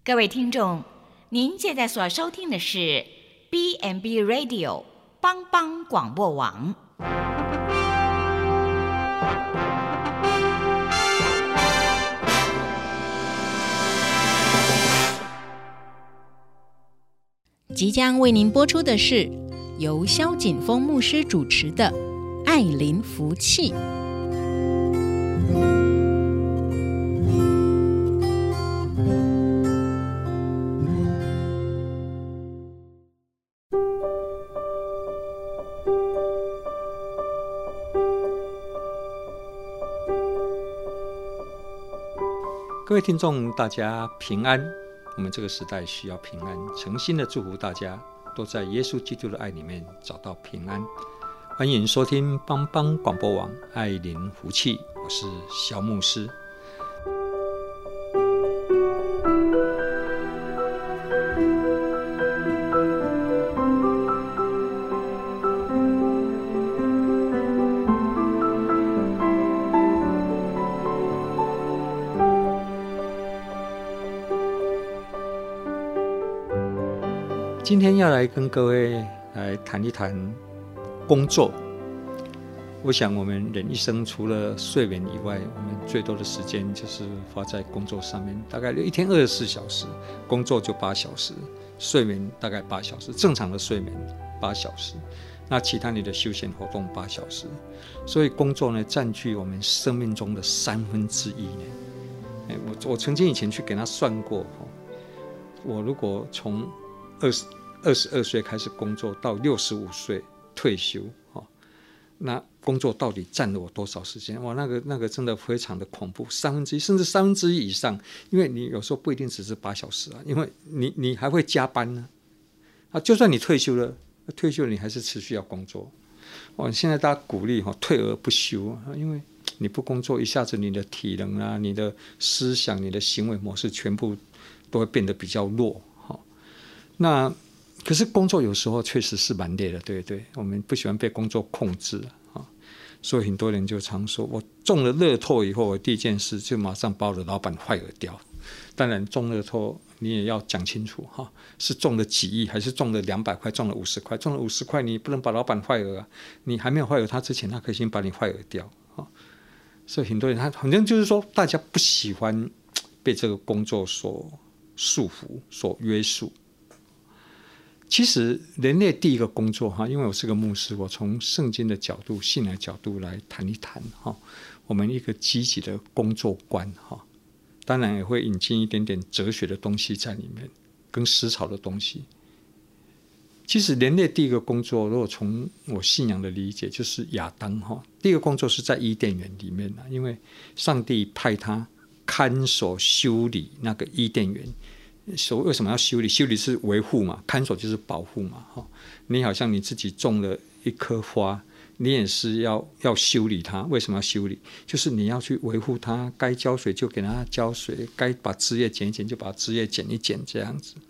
各位听众，您现在所收听的是 B&B Radio 帮帮广播网。 即将为您播出的是由萧锦峰牧师主持的《爱邻福气》。 各位听众大家平安，我们这个时代需要平安，诚心的祝福大家都在耶稣基督的爱里面找到平安。欢迎收听帮帮广播网爱邻福气，我是萧牧师。今天要来跟各位来谈一谈工作。我想我们人一生除了睡眠以外，我们最多的时间就是花在工作上面，大概一天24小时，工作就8小时，睡眠大概8小时，正常的睡眠8小时，那其他你的休闲活动8小时，所以工作呢占据我们生命中的1/3呢。我曾经以前去给他算过，我如果从22岁开始工作到65岁退休，那工作到底占了我多少时间？哇，那个真的非常的恐怖，1/3甚至1/3以上，因为你有时候不一定只是8小时啊，因为你还会加班呢。就算你退休了你还是持续要工作。现在大家鼓励退而不休，因为你不工作，一下子你的体能啊、你的思想、你的行为模式全部都会变得比较弱。那可是工作有时候确实是蛮累的，对不对？我们不喜欢被工作控制所以很多人就常说，我中了乐透以后，我第一件事就马上把我的老板fire掉。当然中乐透你也要讲清楚是中了几亿，还是中了200块，中了50块，中了50块你不能把老板fire啊，你还没有fire他之前，他可以先把你fire掉所以很多人他好像就是说，大家不喜欢被这个工作所束缚、所约束。其实人类第一个工作因为我是个牧师，我从圣经的角度、信仰的角度来谈一谈我们一个积极的工作观当然也会引进一点点哲学的东西在里面，跟思潮的东西。其实人类第一个工作，如果从我信仰的理解，就是亚当第一个工作是在伊甸园里面因为上帝派他看守修理那个伊甸园。为什么要修理？修理是维护嘛，看守就是保护嘛你好像你自己种了一棵花，你也是要修理它。为什么要修理？就是你要去维护它，该浇水就给它浇水，该把枝叶剪一剪就把枝叶剪一剪，这样子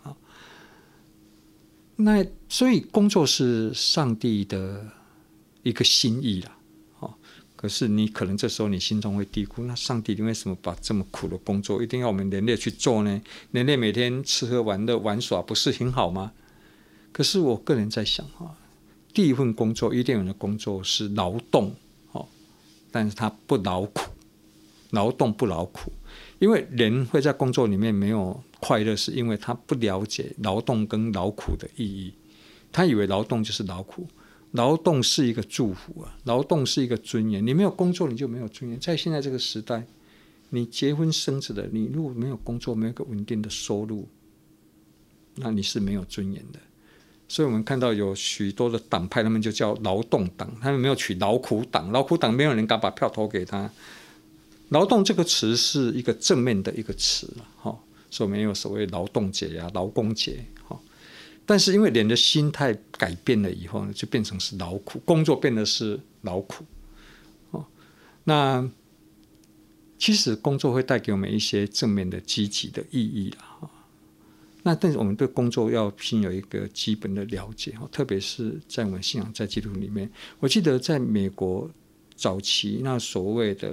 那所以工作是上帝的一个心意啦可是你可能这时候你心中会嘀咕，那上帝你为什么把这么苦的工作一定要我们人类去做呢？人类每天吃喝玩乐玩耍不是很好吗？可是我个人在想第一份工作，伊甸园的工作是劳动但是它不劳苦，劳动不劳苦。因为人会在工作里面没有快乐，是因为他不了解劳动跟劳苦的意义，他以为劳动就是劳苦。劳动是一个祝福劳动是一个尊严。你没有工作你就没有尊严。在现在这个时代，你结婚生子的，你如果没有工作，没有一个稳定的收入，那你是没有尊严的。所以我们看到有许多的党派，他们就叫劳动党，他们没有取劳苦党。劳苦党没有人敢把票投给他。劳动这个词是一个正面的一个词所以没有所谓劳动节劳工节但是因为人的心态改变了以后呢，就变成是劳苦，工作变得是劳苦那其实工作会带给我们一些正面的积极的意义那但是我们对工作要先有一个基本的了解特别是在我们信仰在基督里面。我记得在美国早期那所谓的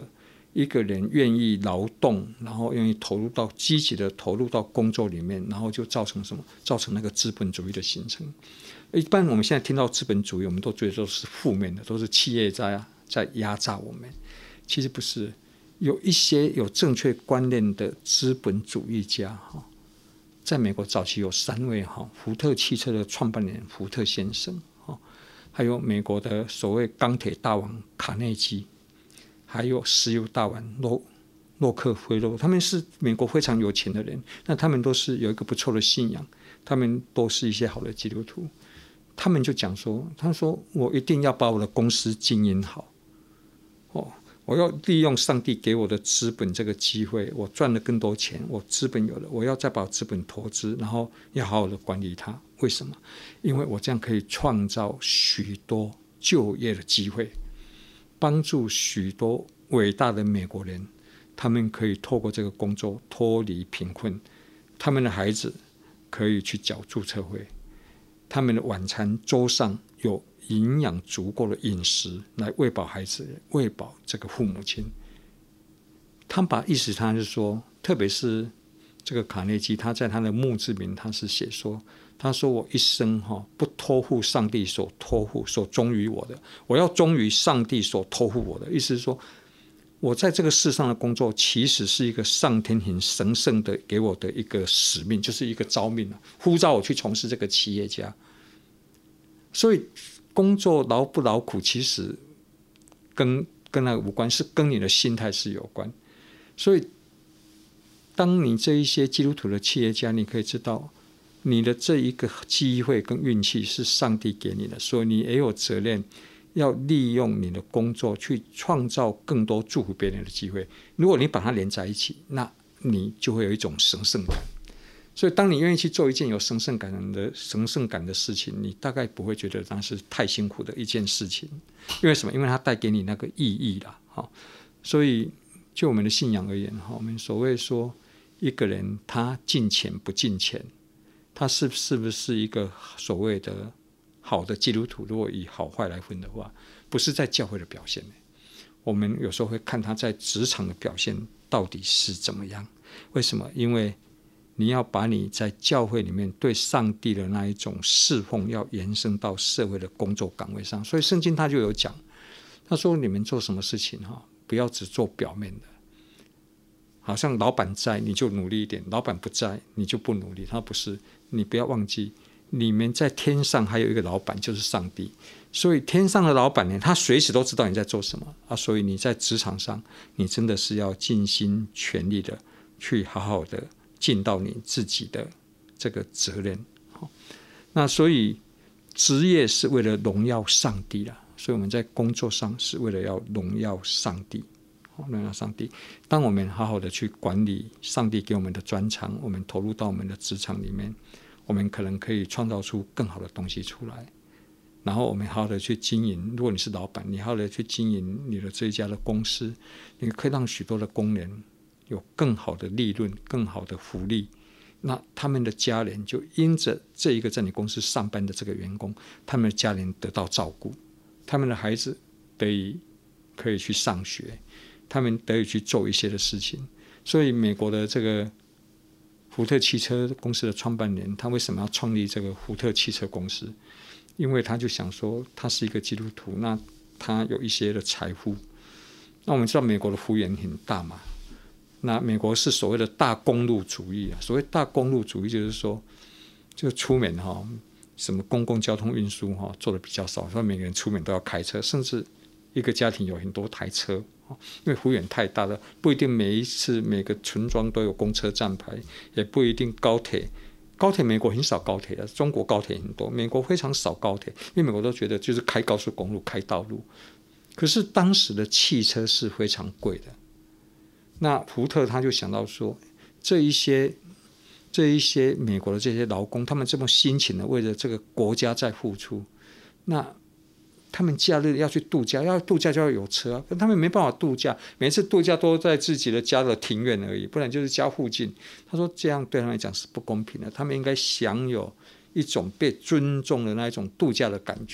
一个人愿意劳动，然后愿意积极的投入到工作里面，然后就造成什么？造成那个资本主义的形成。一般我们现在听到资本主义，我们都觉得都是负面的，都是企业在压榨我们。其实不是，有一些有正确观念的资本主义家，在美国早期有3位，福特汽车的创办人福特先生，还有美国的所谓钢铁大王卡内基，还有石油大王洛克菲勒，他们是美国非常有钱的人，那他们都是有一个不错的信仰，他们都是一些好的基督徒。他们就讲说，他说我一定要把我的公司经营好，我要利用上帝给我的资本这个机会，我赚了更多钱，我资本有了，我要再把资本投资，然后要好好的管理它。为什么？因为我这样可以创造许多就业的机会，帮助许多伟大的美国人，他们可以透过这个工作脱离贫困，他们的孩子可以去缴注册费，他们的晚餐桌上有营养足够的饮食来喂饱孩子，喂饱这个父母亲。他把意思他是说，特别是这个卡内基，他在他的墓志铭他是写说，他说我一生不托付上帝所忠于我的，我要忠于上帝所托付我的。意思是说，我在这个世上的工作其实是一个上天很神圣的给我的一个使命，就是一个召命，呼召我去从事这个企业家。所以工作劳不劳苦其实跟那个无关，是跟你的心态是有关。所以当你这一些基督徒的企业家，你可以知道你的这一个机会跟运气是上帝给你的，所以你也有责任要利用你的工作去创造更多祝福别人的机会。如果你把它连在一起，那你就会有一种神圣感。所以当你愿意去做一件有神圣感的事情，你大概不会觉得那是太辛苦的一件事情。因为什么？因为它带给你那个意义啦。所以就我们的信仰而言，我们所谓说一个人他尽钱不尽钱，他是不是一个所谓的好的基督徒？如果以好坏来分的话，不是在教会的表现，我们有时候会看他在职场的表现到底是怎么样。为什么？因为你要把你在教会里面对上帝的那一种侍奉要延伸到社会的工作岗位上。所以圣经他就有讲，他说你们做什么事情不要只做表面的，好像老板在你就努力一点，老板不在你就不努力。他不是，你不要忘记你们在天上还有一个老板，就是上帝。所以天上的老板呢，他随时都知道你在做什么所以你在职场上你真的是要尽心全力的去好好的尽到你自己的这个责任。那所以职业是为了荣耀上帝啦，所以我们在工作上是为了要荣耀上帝。荣耀上帝。当我们好好的去管理上帝给我们的专长，我们投入到我们的职场里面，我们可能可以创造出更好的东西出来。然后我们好好的去经营，如果你是老板，你好好的去经营你的这一家的公司，你可以让许多的工人有更好的利润，更好的福利。那他们的家人就因着这一个在你公司上班的这个员工，他们的家人得到照顾，他们的孩子可以去上学，他们得以去做一些的事情。所以美国的这个福特汽车公司的创办人，他为什么要创立这个福特汽车公司？因为他就想说他是一个基督徒，那他有一些的财富。那我们知道美国的幅员很大嘛，那美国是所谓的大公路主义所谓大公路主义就是说，就出门什么公共交通运输做的比较少，所以每个人出门都要开车，甚至一个家庭有很多台车，因为幅员太大了，不一定每个村庄都有公车站牌，也不一定高铁美国很少高铁的，中国高铁很多，美国非常少高铁，因为美国都觉得就是开高速公路开道路。可是当时的汽车是非常贵的，那福特他就想到说，这一些美国的这些劳工，他们这么辛勤的为了这个国家在付出，那他们假日要去度假，要度假就要有车可他们没办法度假，每次度假都在自己的家的庭院而已，不然就是家附近。他说这样对他们来讲是不公平的，他们应该享有一种被尊重的那一种度假的感觉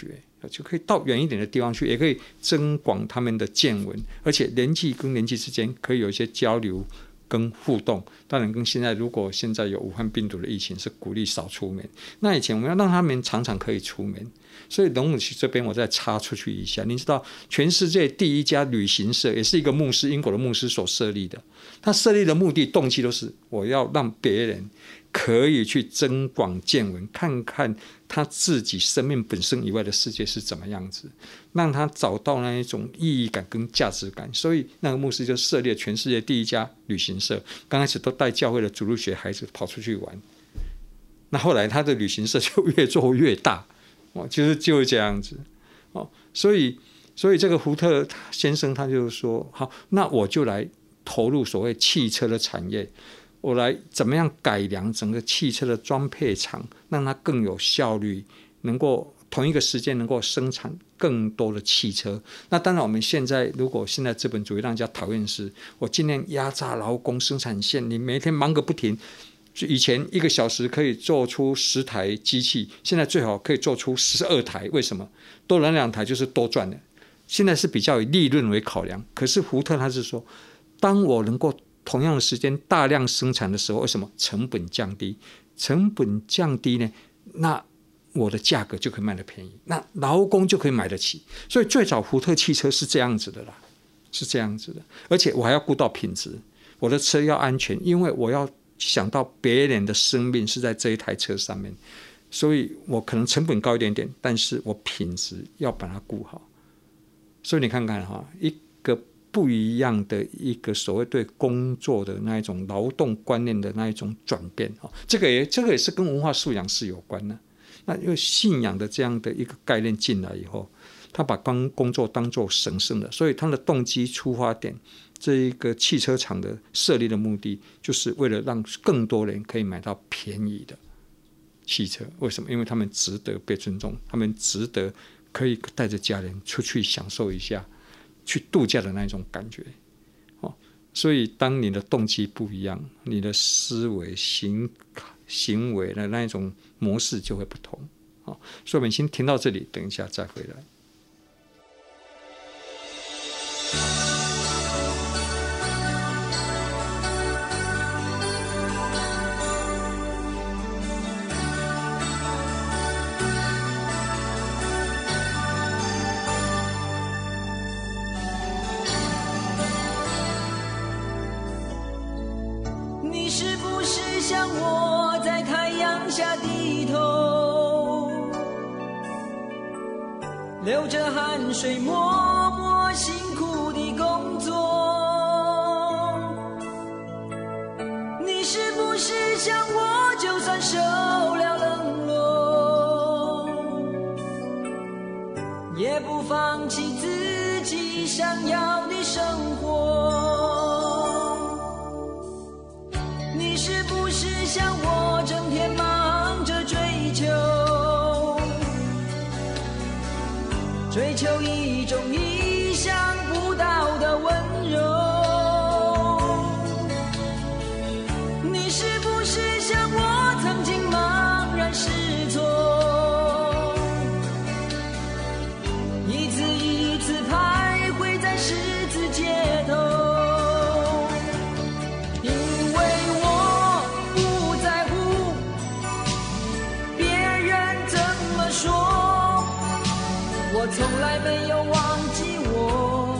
就可以到远一点的地方去，也可以增广他们的见闻，而且年纪跟年纪之间可以有一些交流跟互动。当然跟现在如果现在有武汉病毒的疫情，是鼓励少出门，那以前我们要让他们常常可以出门。所以龙母区这边我再插出去一下，你知道全世界第一家旅行社也是一个牧师，英国的牧师所设立的，他设立的目的动机都是我要让别人可以去增广见闻，看看他自己生命本身以外的世界是怎么样子，让他找到那一种意义感跟价值感。所以那个牧师就设立了全世界第一家旅行社，刚开始都带教会的主日学孩子跑出去玩，那后来他的旅行社就越做越大，就是这样子。所以这个福特先生他就说，好，那我就来投入所谓汽车的产业，我来怎么样改良整个汽车的装配厂，让它更有效率，能够同一个时间能够生产更多的汽车。那当然我们现在如果现在资本主义让人家讨厌是，我尽量压榨劳工生产线，你每天忙个不停，以前1个小时可以做出10台机器，现在最好可以做出12台。为什么？多了2台就是多赚了。现在是比较以利润为考量，可是福特他是说，当我能够同样的时间大量生产的时候，为什么？成本降低，成本降低呢，那我的价格就可以卖得便宜，那劳工就可以买得起。所以最早福特汽车是这样子的啦，是这样子的。而且我还要顾到品质，我的车要安全，因为我要想到别人的生命是在这一台车上面，所以我可能成本高一点点，但是我品质要把它顾好。所以你看看一个不一样的一个所谓对工作的那一种劳动观念的那一种转变，这个也是跟文化素养是有关的。那因为信仰的这样的一个概念进来以后，他把工作当作神圣的，所以他的动机出发点，这一个汽车厂的设立的目的，就是为了让更多人可以买到便宜的汽车。为什么？因为他们值得被尊重，他们值得可以带着家人出去享受一下去度假的那种感觉。所以当你的动机不一样，你的思维行为的那一种模式就会不同。所以我们先停到这里，等一下再回来。 你是不是像我在太阳下低头，流着汗水默默辛苦的工作？你是不是像我就算受了冷落，也不放弃自己想要的生活？你是不是像我整天忙着追求一种意想不到的温柔？你是不是像我曾经茫然失措，一次一次徘徊在十字街头？我从来没有忘记我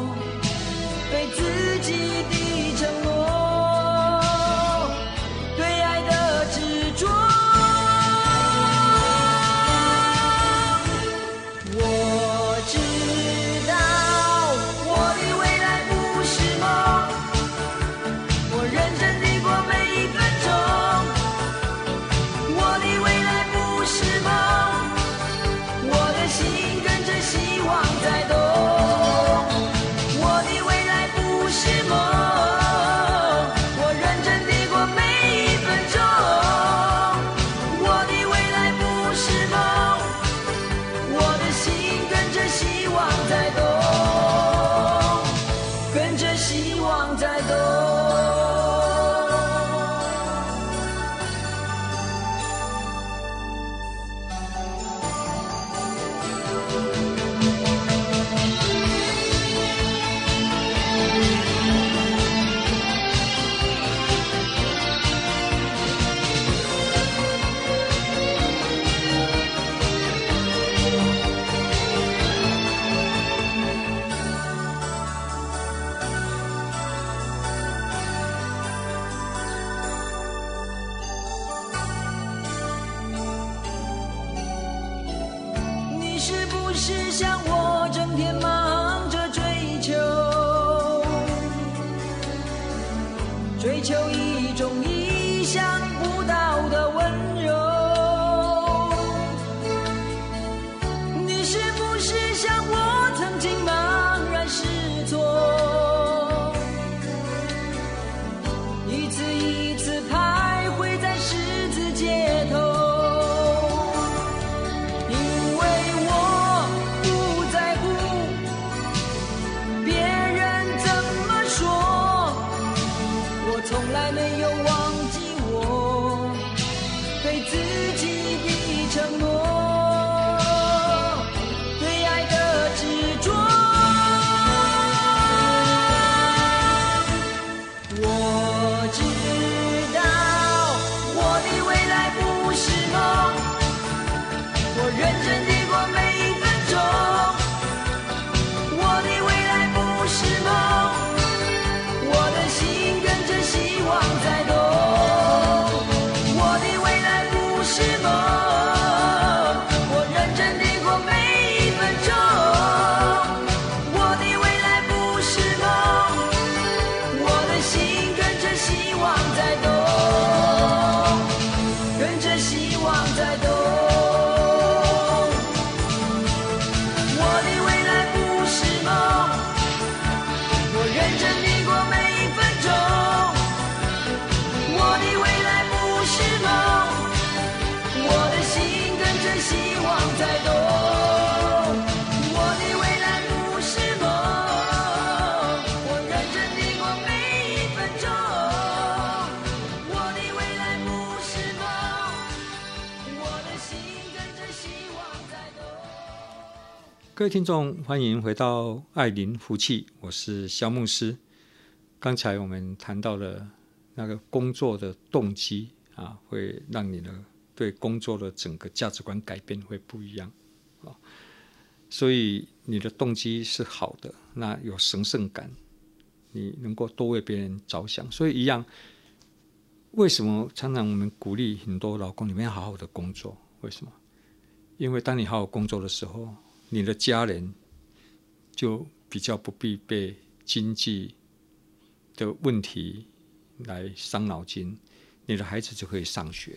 着希望在动。我的未来不是梦，我认真地过每一分钟。我的未来不是梦，我的心跟着希望在动。 各位听众，欢迎回到爱邻福气，我是萧牧师。刚才我们谈到了那个工作的动机啊，会让你的对工作的整个价值观改变会不一样啊。所以你的动机是好的，那有神圣感，你能够多为别人着想。所以一样，为什么常常我们鼓励很多劳工你们要好好的工作？为什么？因为当你好好工作的时候，你的家人就比较不必被经济的问题来伤脑筋，你的孩子就可以上学，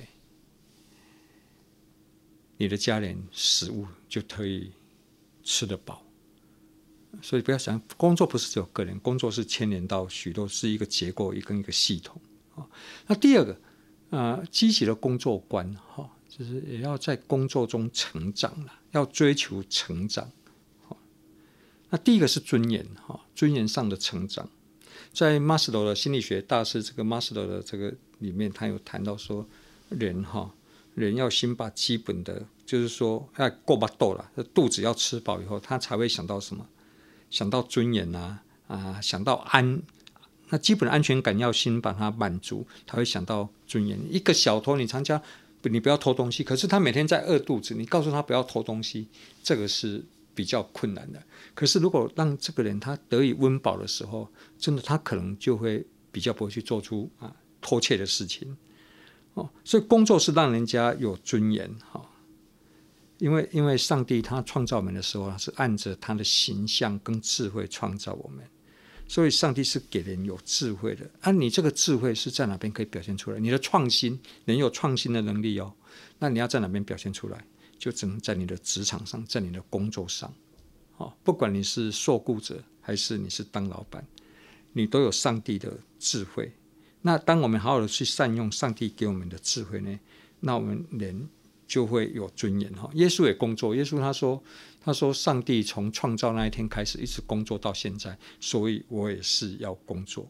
你的家人食物就可以吃得饱。所以不要想工作不是只有个人，工作是牵连到许多，是一个结构，一个系统。那第二个积极的工作观，就是也要在工作中成长了，要追求成长。那第一个是尊严，尊严上的成长。在马斯洛的心理学大师这个马斯洛的这个里面，他有谈到说，人要先把基本的，就是说要够巴豆了，肚子要吃饱以后，他才会想到什么？想到尊严想到那基本的安全感要先把它满足，他会想到尊严。一个小偷，你常讲你不要偷东西，可是他每天在饿肚子，你告诉他不要偷东西，这个是比较困难的。可是如果让这个人他得以温饱的时候，真的他可能就会比较不会去做出偷窃的事情。所以工作是让人家有尊严。因为上帝他创造我们的时候是按着他的形象跟智慧创造我们，所以上帝是给人有智慧的。你这个智慧是在哪边可以表现出来？你的创新，人有创新的能力那你要在哪边表现出来？就只能在你的职场上，在你的工作上。不管你是受雇者还是你是当老板，你都有上帝的智慧。那当我们好好的去善用上帝给我们的智慧呢，那我们人就会有尊严。耶稣也工作，耶稣他说上帝从创造那一天开始一直工作到现在，所以我也是要工作。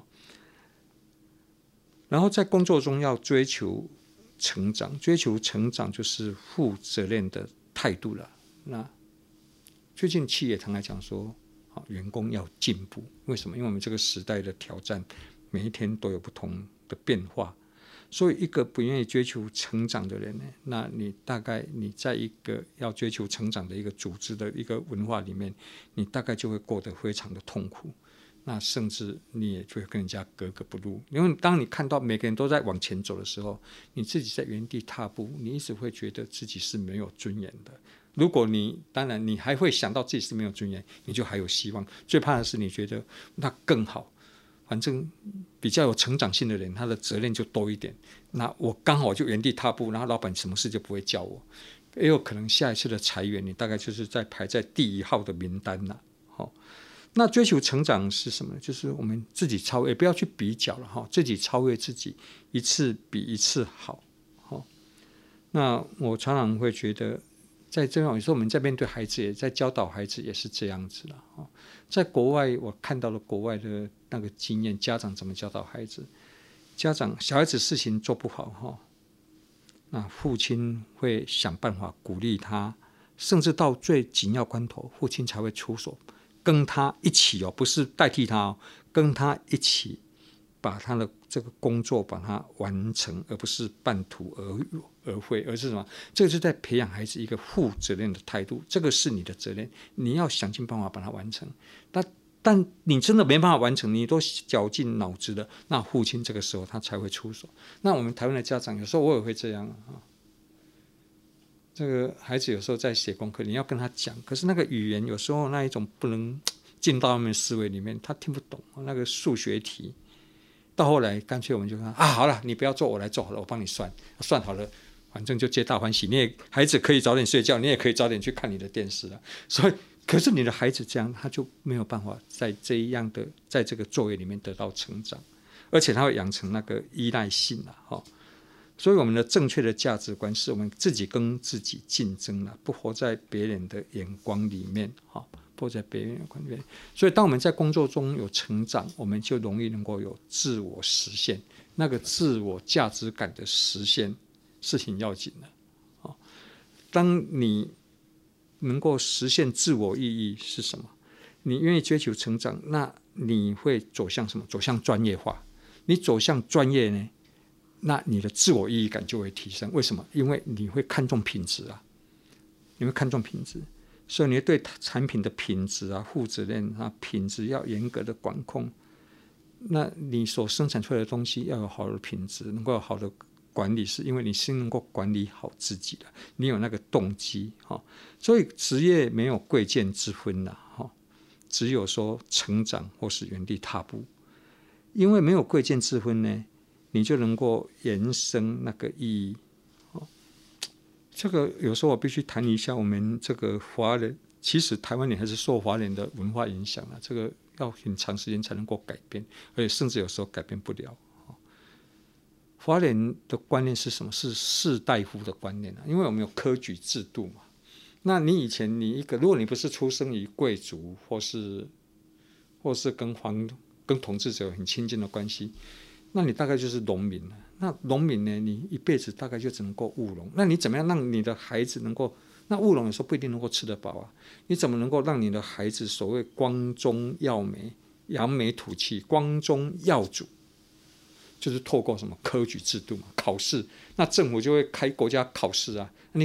然后在工作中要追求成长，追求成长就是负责任的态度了。那最近企业常来讲说，员工要进步，为什么？因为我们这个时代的挑战，每一天都有不同的变化，所以一个不愿意追求成长的人呢，那你大概你在一个要追求成长的一个组织的一个文化里面，你大概就会过得非常的痛苦。那甚至你也就会跟人家格格不入，因为当你看到每个人都在往前走的时候，你自己在原地踏步，你一直会觉得自己是没有尊严的。如果当然你还会想到自己是没有尊严，你就还有希望。最怕的是你觉得那更好，反正比较有成长性的人，他的责任就多一点，那我刚好就原地踏步，然后老板什么事就不会叫我。也有可能下一次的裁员，你大概就是在排在第1号的名单了。那追求成长是什么呢？就是我们自己超越，不要去比较了，自己超越自己，一次比一次好。那我常常会觉得，在这样有时候我们在面对孩子，也在教导孩子，也是这样子了。在国外，我看到了国外的那个经验，家长怎么教导孩子？小孩子事情做不好，那父亲会想办法鼓励他，甚至到最紧要关头，父亲才会出手。跟他一起不是代替他跟他一起把他的这个工作把它完成，而不是半途而废，而是什么？这个是在培养孩子一个负责任的态度，这个是你的责任，你要想尽办法把它完成。但你真的没办法完成，你都绞尽脑汁的，那父亲这个时候他才会出手。那我们台湾的家长有时候我也会这样这个孩子有时候在写功课，你要跟他讲，可是那个语言有时候那一种不能进到他们思维里面，他听不懂那个数学题。到后来干脆我们就说好了，你不要做，我来做好了，我帮你算好了，反正就皆大欢喜。孩子可以早点睡觉，你也可以早点去看你的电视了。所以可是你的孩子这样，他就没有办法在这个作业里面得到成长，而且他会养成那个依赖性了。 所以我们的正确的价值观是我们自己跟自己竞争了，不活在别人的眼光里面，不活在别人的眼光里面。所以当我们在工作中有成长，我们就容易能够有自我实现，那个自我价值感的实现是很要紧的。当你能够实现自我意义是什么？你愿意追求成长，那你会走向什么？走向专业化。你走向专业呢，那你的自我意义感就会提升。为什么？因为你会看重品质啊，你会看重品质，所以你对产品的品质啊、负责任啊、品质要严格的管控。那你所生产出来的东西要有好的品质，能够有好的管理，是因为你是能够管理好自己的，你有那个动机。所以职业没有贵贱之分啦，只有说成长或是原地踏步。因为没有贵贱之分呢，你就能够延伸那个意义。这个有时候我必须谈一下，我们这个华人，其实台湾人还是受华人的文化影响，这个要很长时间才能够改变，而且甚至有时候改变不了。华人的观念是什么？是士大夫的观念，因为我们有科举制度嘛。那你以前如果你不是出生于贵族，或是跟统治者有很亲近的关系，那你大概就是农民了。那农民呢，你一辈子大概就只能够务农。那你怎么样让你的孩子能够？那务农有时候不一定能够吃得饱啊。你怎么能够让你的孩子所谓光宗耀美、扬眉吐气、光宗耀祖？就是透过什么科举制度嘛，考试。那政府就会开国家考试啊。你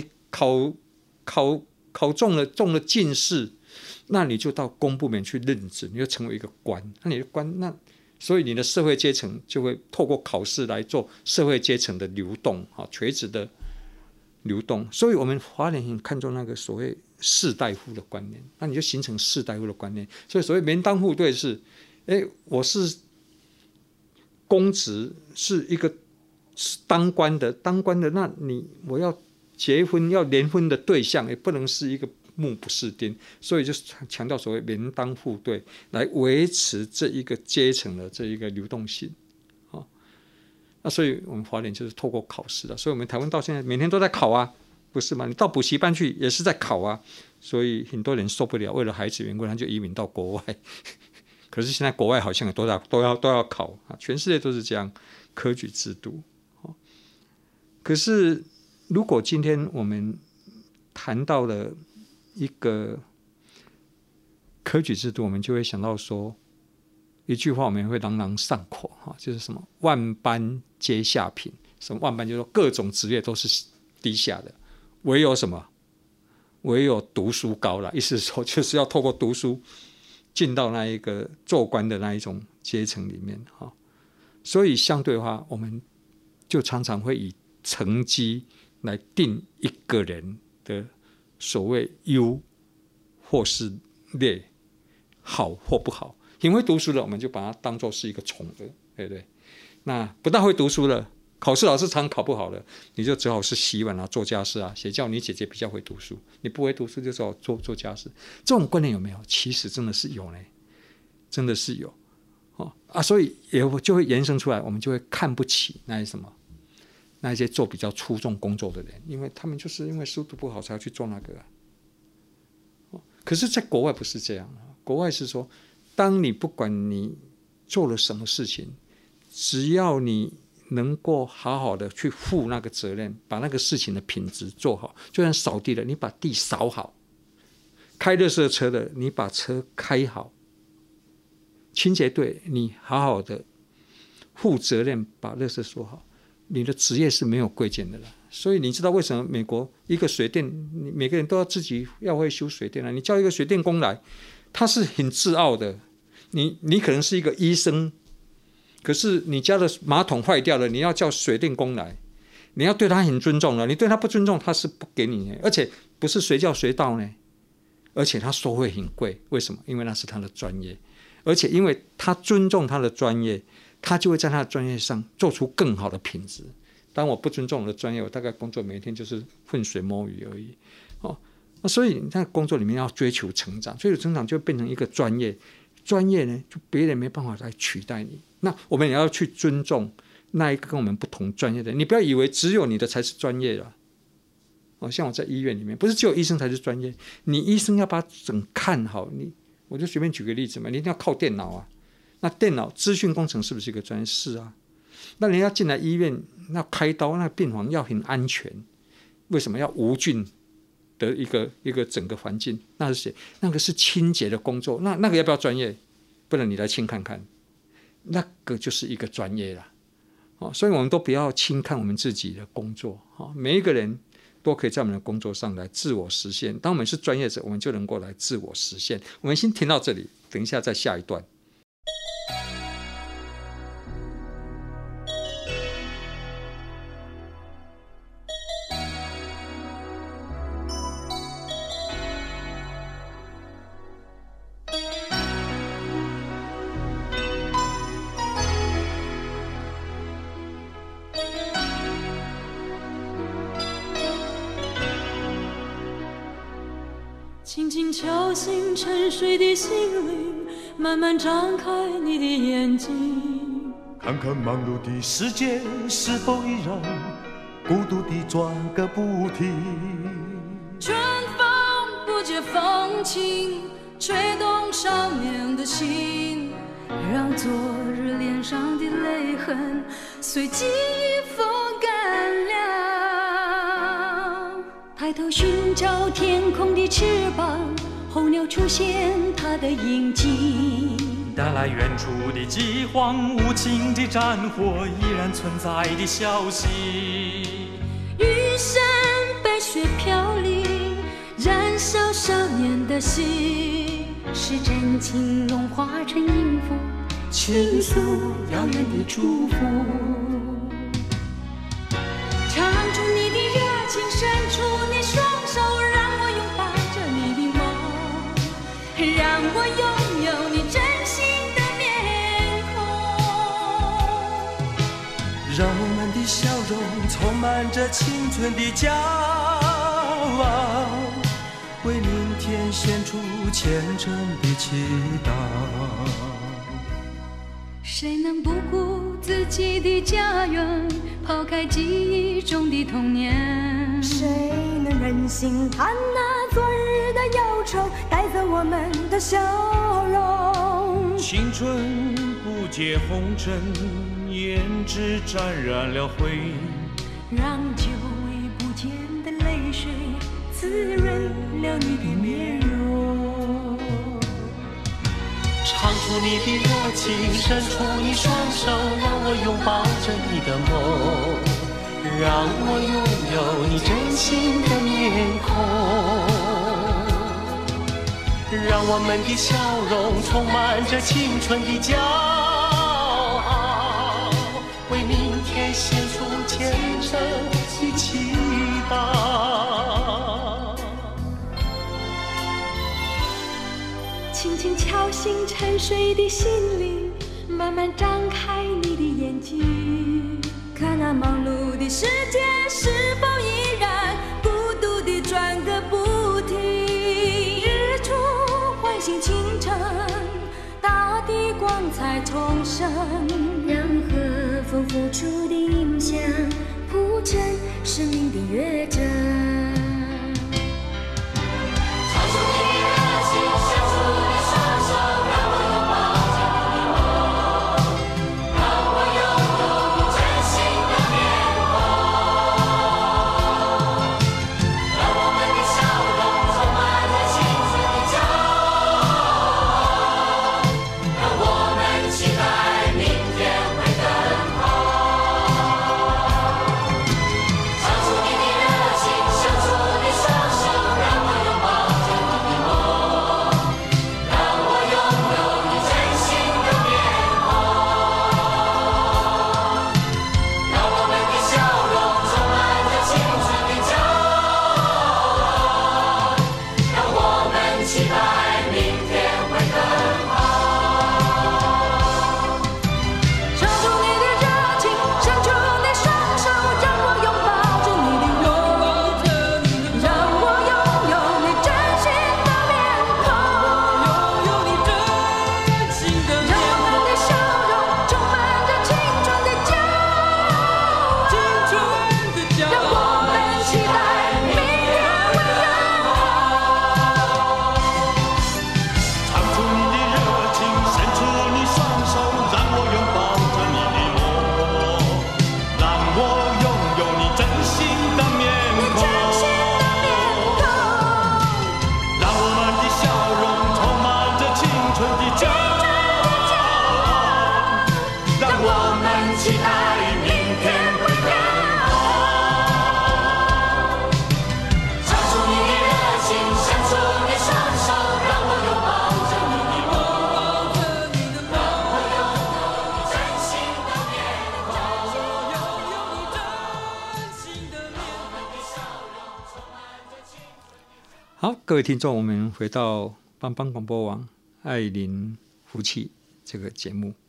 考中了进士，那你就到公部门去任职，你就成为一个官。那你的官，那所以你的社会阶层就会透过考试来做社会阶层的流动，垂直的流动。所以我们华人很看重那个所谓士大夫的观念，那你就形成士大夫的观念。所以所谓门当户对是，我是公职，是一个当官的，那我要结婚要联婚的对象也不能是一个目不识丁，所以就强调所谓门当户对，来维持这一个阶层的这一个流动性。那所以我们华人就是透过考试的，所以我们台湾到现在每天都在考啊，不是吗？你到补习班去也是在考啊，所以很多人受不了，为了孩子缘故，他就移民到国外。可是现在国外好像都要考啊，全世界都是这样科举制度。可是如果今天我们谈到了一个科举制度，我们就会想到说一句话，我们会朗朗上口，就是什么万般皆下品。什么万般，就是说各种职业都是低下的，唯有什么？唯有读书高了。意思是说，就是要透过读书进到那一个做官的那一种阶层里面。所以相对的话，我们就常常会以成绩来定一个人的所谓优或是劣，好或不好。很会读书的，我们就把它当作是一个宠儿，对不对？那不大会读书的，考试老师常考不好的，你就只好是洗碗啊、做家事啊。谁叫你姐姐比较会读书，你不会读书就只好做家事。这种观念有没有？其实真的是有呢，真的是有。所以也就会延伸出来，我们就会看不起那一些做比较出众工作的人，因为他们就是因为书读不好才要去做那个。可是在国外不是这样，国外是说，当你不管你做了什么事情，只要你能够好好的去负那个责任，把那个事情的品质做好，就像扫地的，你把地扫好；开垃圾车的，你把车开好；清洁队，你好好的负责任，把垃圾收好。你的职业是没有贵贱的了。所以你知道为什么美国一个水电，每个人都要自己要会修水电了。你叫一个水电工来，他是很自傲的。你可能是一个医生，可是你家的马桶坏掉了，你要叫水电工来，你要对他很尊重了。你对他不尊重，他是不给你的，而且不是随叫随到呢，而且他收费很贵。为什么？因为那是他的专业，而且因为他尊重他的专业，他就会在他的专业上做出更好的品质。当我不尊重我的专业，我大概工作每天就是浑水摸鱼而已。所以你在工作里面要追求成长，追求成长就变成一个专业。专业呢，就别人没办法来取代你。那我们也要去尊重那一个跟我们不同专业的，你不要以为只有你的才是专业了。像我在医院里面，不是只有医生才是专业，你医生要把整看好。我就随便举个例子嘛，你一定要靠电脑啊。那电脑资讯工程是不是一个专业？是啊。那人家进来医院，那开刀，那病房要很安全，为什么要无菌的一个整个环境？那是谁？那个是清洁的工作，那个要不要专业？不然你来清看看，那个就是一个专业了。所以我们都不要轻看我们自己的工作。每一个人都可以在我们的工作上来自我实现。当我们是专业者，我们就能够来自我实现。我们先停到这里，等一下再下一段。 轻轻敲醒沉睡的心灵，慢慢张开你的眼睛， 看看忙碌的世界是否依然孤独地转个不停。 春风不解风情，吹动少年的心，让昨日脸上的泪痕随记忆风干了。抬头寻找天空的翅膀，候鸟出现它的影迹， 带来远处的饥荒，无情的战火依然存在的消息。 玉山白雪飘零，燃烧少年的心，是真情融化成音符，倾诉遥远的祝福。唱出你的热情，伸出你双手，让我拥抱着你的梦，让我拥有你真心的面孔， 让我们的笑容充满着青春的骄傲，为明天献出虔诚的祈祷。 谁能不顾自己的家园，抛开记忆中的童年？ 谁能忍心看那昨日的忧愁带走我们的笑容？ 青春不解红尘，胭脂沾染了灰， 让久违不见的泪水滋润了你的面容。 唱出你的热情，伸出你双手，让我拥抱着你的梦，让我拥有你真心的面孔，让我们的笑容充满着青春的骄傲，为明天献出虔诚的祈祷。 轻轻敲醒沉睡的心灵，慢慢张开你的眼睛， 看那忙碌的世界是否依然孤独地转个不停。 日出唤醒清晨，大地光彩重生， 让和风付出的音响铺成生命的乐章。 好，各位听众，我们回到帮帮广播网爱邻福气这个节目。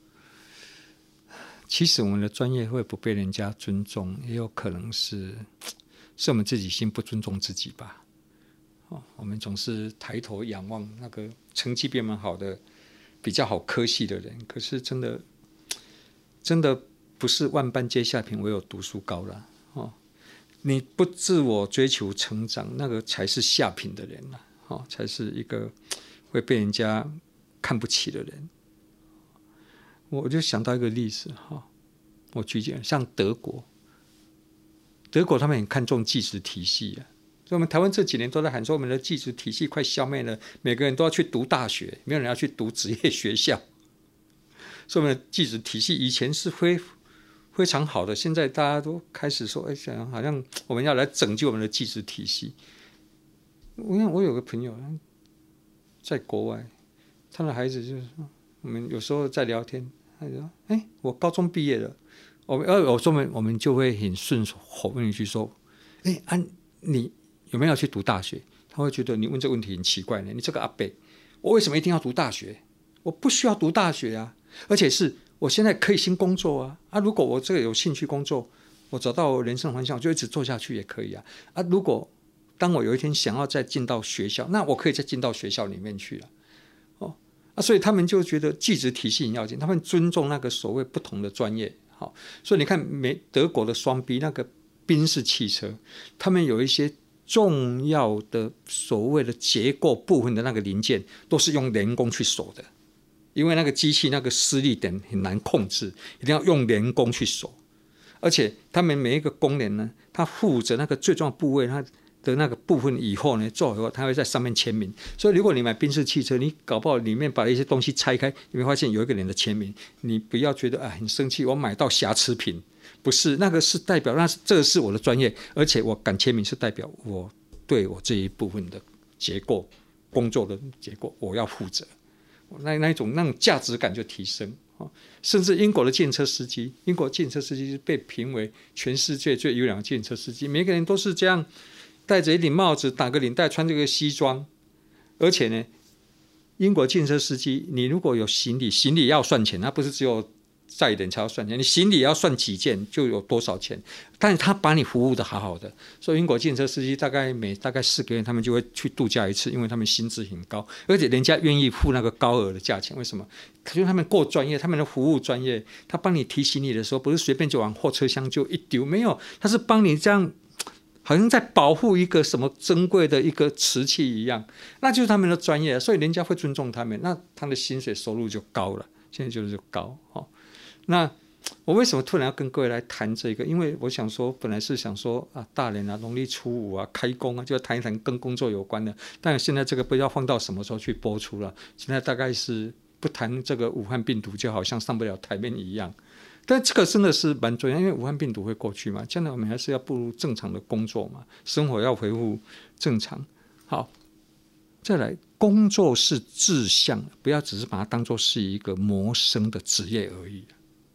其实我们的专业会不被人家尊重，也有可能是我们自己心不尊重自己吧。我们总是抬头仰望那个成绩比我们好的、比较好科系的人，可是真的不是万般皆下品，唯有读书高了。你不自我追求成长，那个才是下品的人了，才是一个会被人家看不起的人。我就想到一个例子，我举例，像德国他们很看重技职体系啊，所以我们台湾这几年都在喊说我们的技职体系快消灭了，每个人都要去读大学，没有人要去读职业学校，所以我们的技职体系以前是非常好的，现在大家都开始说，好像我们要来拯救我们的技职体系。我有个朋友在国外，他的孩子就是说，我们有时候在聊天，他就说：“我高中毕业了。”我们就会很顺口问一句说：“你有没有要去读大学？”他会觉得你问这个问题很奇怪呢，你这个阿伯，我为什么一定要读大学？我不需要读大学啊，而且是我现在可以先工作啊！如果我这个有兴趣工作，我找到人生方向，我就一直做下去也可以啊！如果当我有一天想要再进到学校，那我可以再进到学校里面去了。所以他们就觉得技职体系很要紧，他们尊重那个所谓不同的专业。所以你看德国的双 B 那个宾士汽车，他们有一些重要的所谓的结构部分的那个零件，都是用人工去锁的。因为那个机器那个施力点很难控制，一定要用人工去锁，而且他们每一个工人呢，他负责那个最重要的部位，他的那个部分以后呢，做好以后他会在上面签名。所以如果你买宾士汽车，你搞不好里面把一些东西拆开，你会发现有一个人的签名，你不要觉得很生气，我买到瑕疵品，不是，那个是代表这是我的专业，而且我敢签名是代表我对我这一部分的结构工作的结果我要负责。那种价值感就提升，甚至英国的计程车司机被评为全世界最优良的计程车司机，每个人都是这样戴着一顶帽子，打个领带，穿这个西装，而且呢，英国计程车司机，你如果有行李要算钱，他不是只有载人才要算钱，你行李要算几件就有多少钱，但是他把你服务的好好的，所以英国计程车司机大概4个月他们就会去度假一次，因为他们薪资很高，而且人家愿意付那个高额的价钱。为什么？因为他们够专业，他们的服务专业，他帮你提行李的时候不是随便就往货车厢就一丢，没有，他是帮你这样好像在保护一个什么珍贵的一个瓷器一样，那就是他们的专业，所以人家会尊重他们，那他的薪水收入就高了，现在就是高。那我为什么突然要跟各位来谈这个？因为我想说，本来是想说大年农历初五开工就要谈一谈跟工作有关的，但现在这个不知道放到什么时候去播出了。现在大概是不谈这个武汉病毒，就好像上不了台面一样。但这个真的是蛮重要，因为武汉病毒会过去嘛，将来我们还是要步入正常的工作嘛，生活要恢复正常。好，再来，工作是志向，不要只是把它当作是一个谋生的职业而已。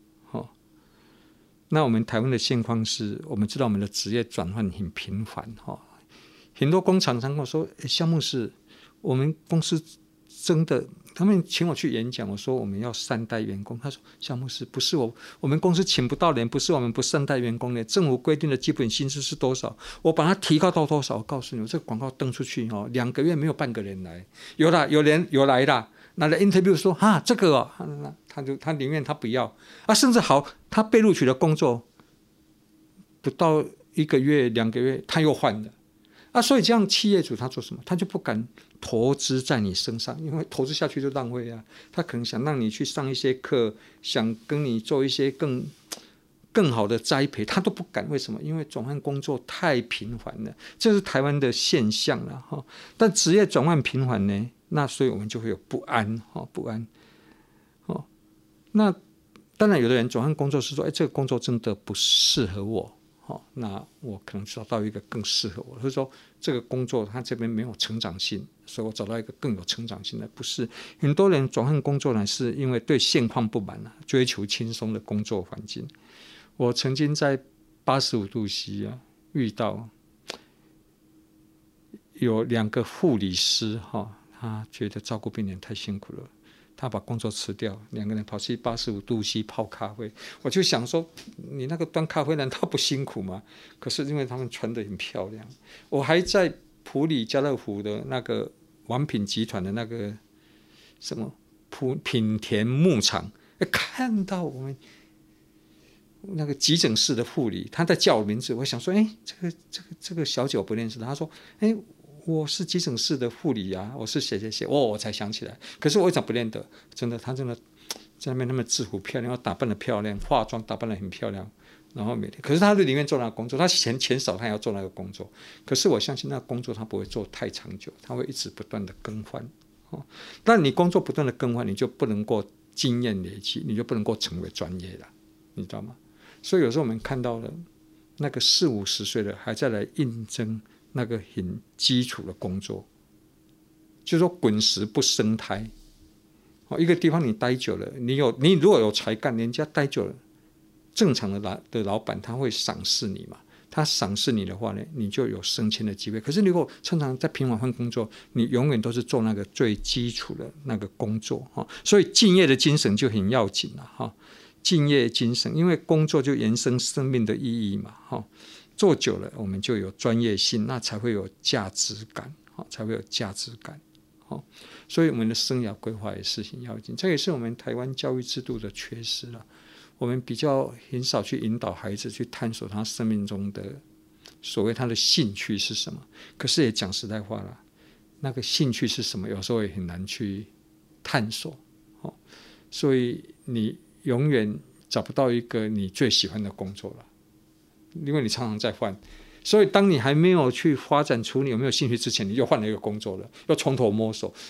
那我们台湾的现况是，我们知道我们的职业转换很频繁，很多工厂常跟我说，项目是我们公司真的，他们请我去演讲，我说我们要善待员工，他说项目是不是我们公司请不到人，不是我们不善待员工的，政府规定的基本薪资是多少，我把它提高到多少，我告诉你，我这个广告登出去2个月没有半个人来，有人有来啦，拿了 interview 说这个他宁愿他不要甚至好，他被录取的工作不到1个月2个月他又换了所以这样企业主他做什么？他就不敢投资在你身上，因为投资下去就浪费他可能想让你去上一些课，想跟你做一些更好的栽培，他都不敢。为什么？因为转换工作太频繁了，这是台湾的现象了但职业转换频繁呢，那所以我们就会有不安那当然有的人转换工作是说这个工作真的不适合我那我可能找到一个更适合我，或者说这个工作它这边没有成长性，所以我找到一个更有成长性的。不是很多人转换工作呢，是因为对现况不满追求轻松的工作环境。我曾经在85度 C 遇到有2个护理师他觉得照顾病人太辛苦了，他把工作辞掉，2个人跑去85度 C 泡咖啡。我就想说，你那个端咖啡难道不辛苦吗？可是因为他们穿得很漂亮，我还在埔里家乐福的那个王品集团的那个什么品田牧场，看到我们那个急诊室的护理，他在叫我名字，我想说，这个小姐我不认识他，说，我是急诊室的护理啊，我是谁，我才想起来。可是我一直不认得，真的，他真的在那边那么制服漂亮，打扮得漂亮，化妆打扮得很漂亮，然后每天，可是他在里面做那个工作，他钱少，他也要做那个工作。可是我相信那个工作他不会做太长久，他会一直不断的更换。但你工作不断的更换，你就不能够经验累积，你就不能够成为专业了，你知道吗？所以有时候我们看到了那个40、50岁的还在来应征那个很基础的工作，就是说滚石不生胎。一个地方你待久了，你如果有才干，人家待久了，正常的老板他会赏识你嘛，他赏识你的话呢，你就有升迁的机会。可是如果常常在平凡换工作，你永远都是做那个最基础的那个工作。所以敬业的精神就很要紧了。敬业精神，因为工作就延伸生命的意义嘛。做久了我们就有专业性，那才会有价值感，才会有价值感。所以我们的生涯规划也是很要紧，这也是我们台湾教育制度的缺失了。我们比较很少去引导孩子去探索他生命中的所谓他的兴趣是什么。可是也讲实在话了，那个兴趣是什么，有时候也很难去探索。所以你永远找不到一个你最喜欢的工作了，因为你常常在换。所以当你还没有去发展出你有没有兴趣之前，你就换了一个工作了，要从头摸索，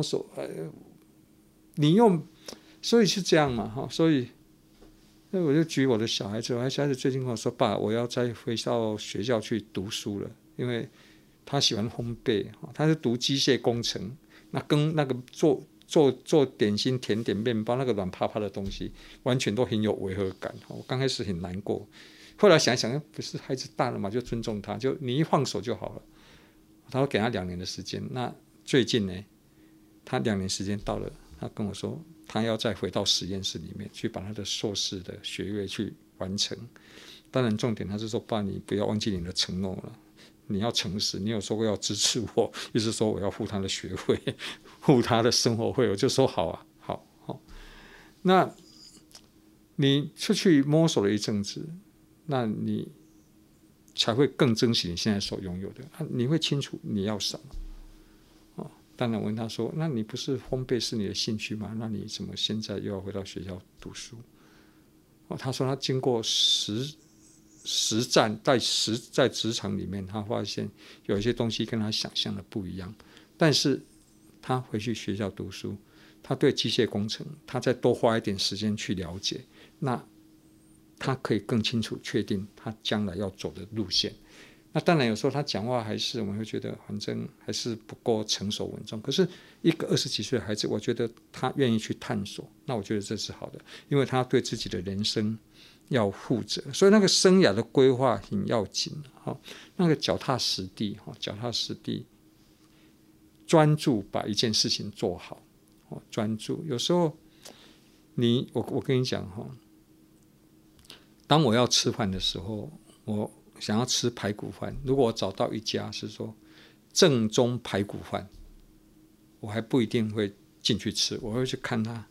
你又所以是这样嘛。所以我就举我的小孩子，我的小孩子最近跟我说，爸，我要再回到学校去读书了，因为他喜欢烘焙，他是读机械工程，那跟那个做点心、甜点、面包那个软趴趴的东西，完全都很有违和感。我刚开始很难过，后来想一想，不是孩子大了嘛，就尊重他，就你一放手就好了。他会给他2年的时间。那最近呢，他2年时间到了，他跟我说，他要再回到实验室里面去把他的硕士的学位去完成。当然重点他是说，爸，你不要忘记你的承诺了，你要诚实，你有说过要支持我，意思说我要付他的学费，付他的生活费。我就说好啊，好。那你出去摸索了一阵子，那你才会更珍惜你现在所拥有的，你会清楚你要什么。当然我问他说，那你不是烘焙是你的兴趣吗？那你怎么现在又要回到学校读书？他说他经过实战，在职场里面，他发现有一些东西跟他想象的不一样。但是他回去学校读书，他对机械工程他再多花一点时间去了解，那他可以更清楚确定他将来要走的路线。那当然有时候他讲话还是我们会觉得反正还是不够成熟稳重，可是一个20几岁的孩子，我觉得他愿意去探索，那我觉得这是好的，因为他对自己的人生要负责。所以那个生涯的规划很要紧，那个脚踏实地，专注把一件事情做好，专注。有时候我跟你讲，当我要吃饭的时候，我想要吃排骨饭，如果我找到一家是说正宗排骨饭，我还不一定会进去吃，我会去看它。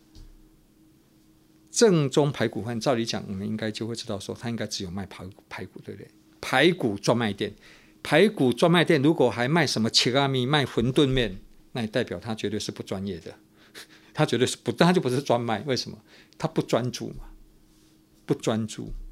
正宗排骨饭照理讲我们应该就会知道说它应该只有卖排骨，对不对？排骨专卖店如果还卖什么切阿米、卖馄饨面，那也代表它绝对是不专业的，它绝对是不，它就不是专卖。为什么？它不专注嘛，不专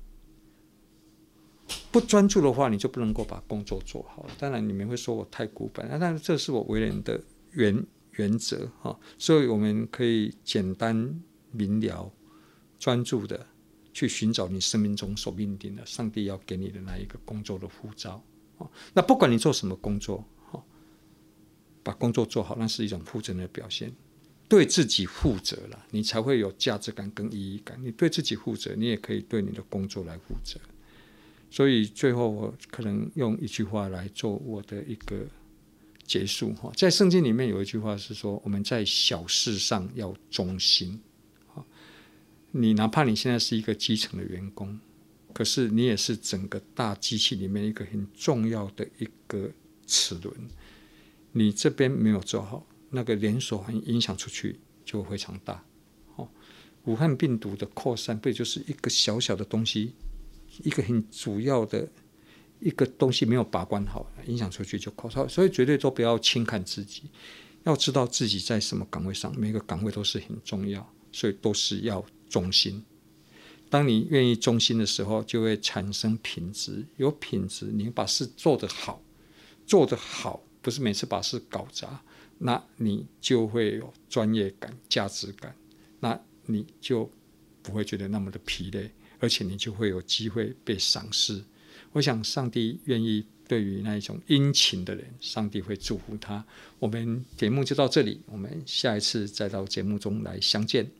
注的话，你就不能够把工作做好。当然你们会说我太古板，但是这是我为人的原则，所以我们可以简单明了专注的去寻找你生命中所命定的上帝要给你的那一个工作的呼召。那不管你做什么工作，把工作做好，那是一种负责任的表现，对自己负责了，你才会有价值感跟意义感。你对自己负责，你也可以对你的工作来负责。所以最后我可能用一句话来做我的一个结束。在圣经里面有一句话是说，我们在小事上要忠心。你哪怕你现在是一个基层的员工，可是你也是整个大机器里面一个很重要的一个齿轮，你这边没有做好，那个连锁反应影响出去就非常大。武汉病毒的扩散不就是一个小小的东西，一个很主要的一个东西没有把关好，影响出去就扩散。所以绝对都不要轻看自己，要知道自己在什么岗位上，每个岗位都是很重要，所以都是要忠心。当你愿意忠心的时候，就会产生品质。有品质，你把事做得好，做得好，不是每次把事搞砸，那你就会有专业感、价值感，那你就不会觉得那么的疲累，而且你就会有机会被赏识。我想上帝愿意对于那一种殷勤的人，上帝会祝福他。我们节目就到这里，我们下一次再到节目中来相见。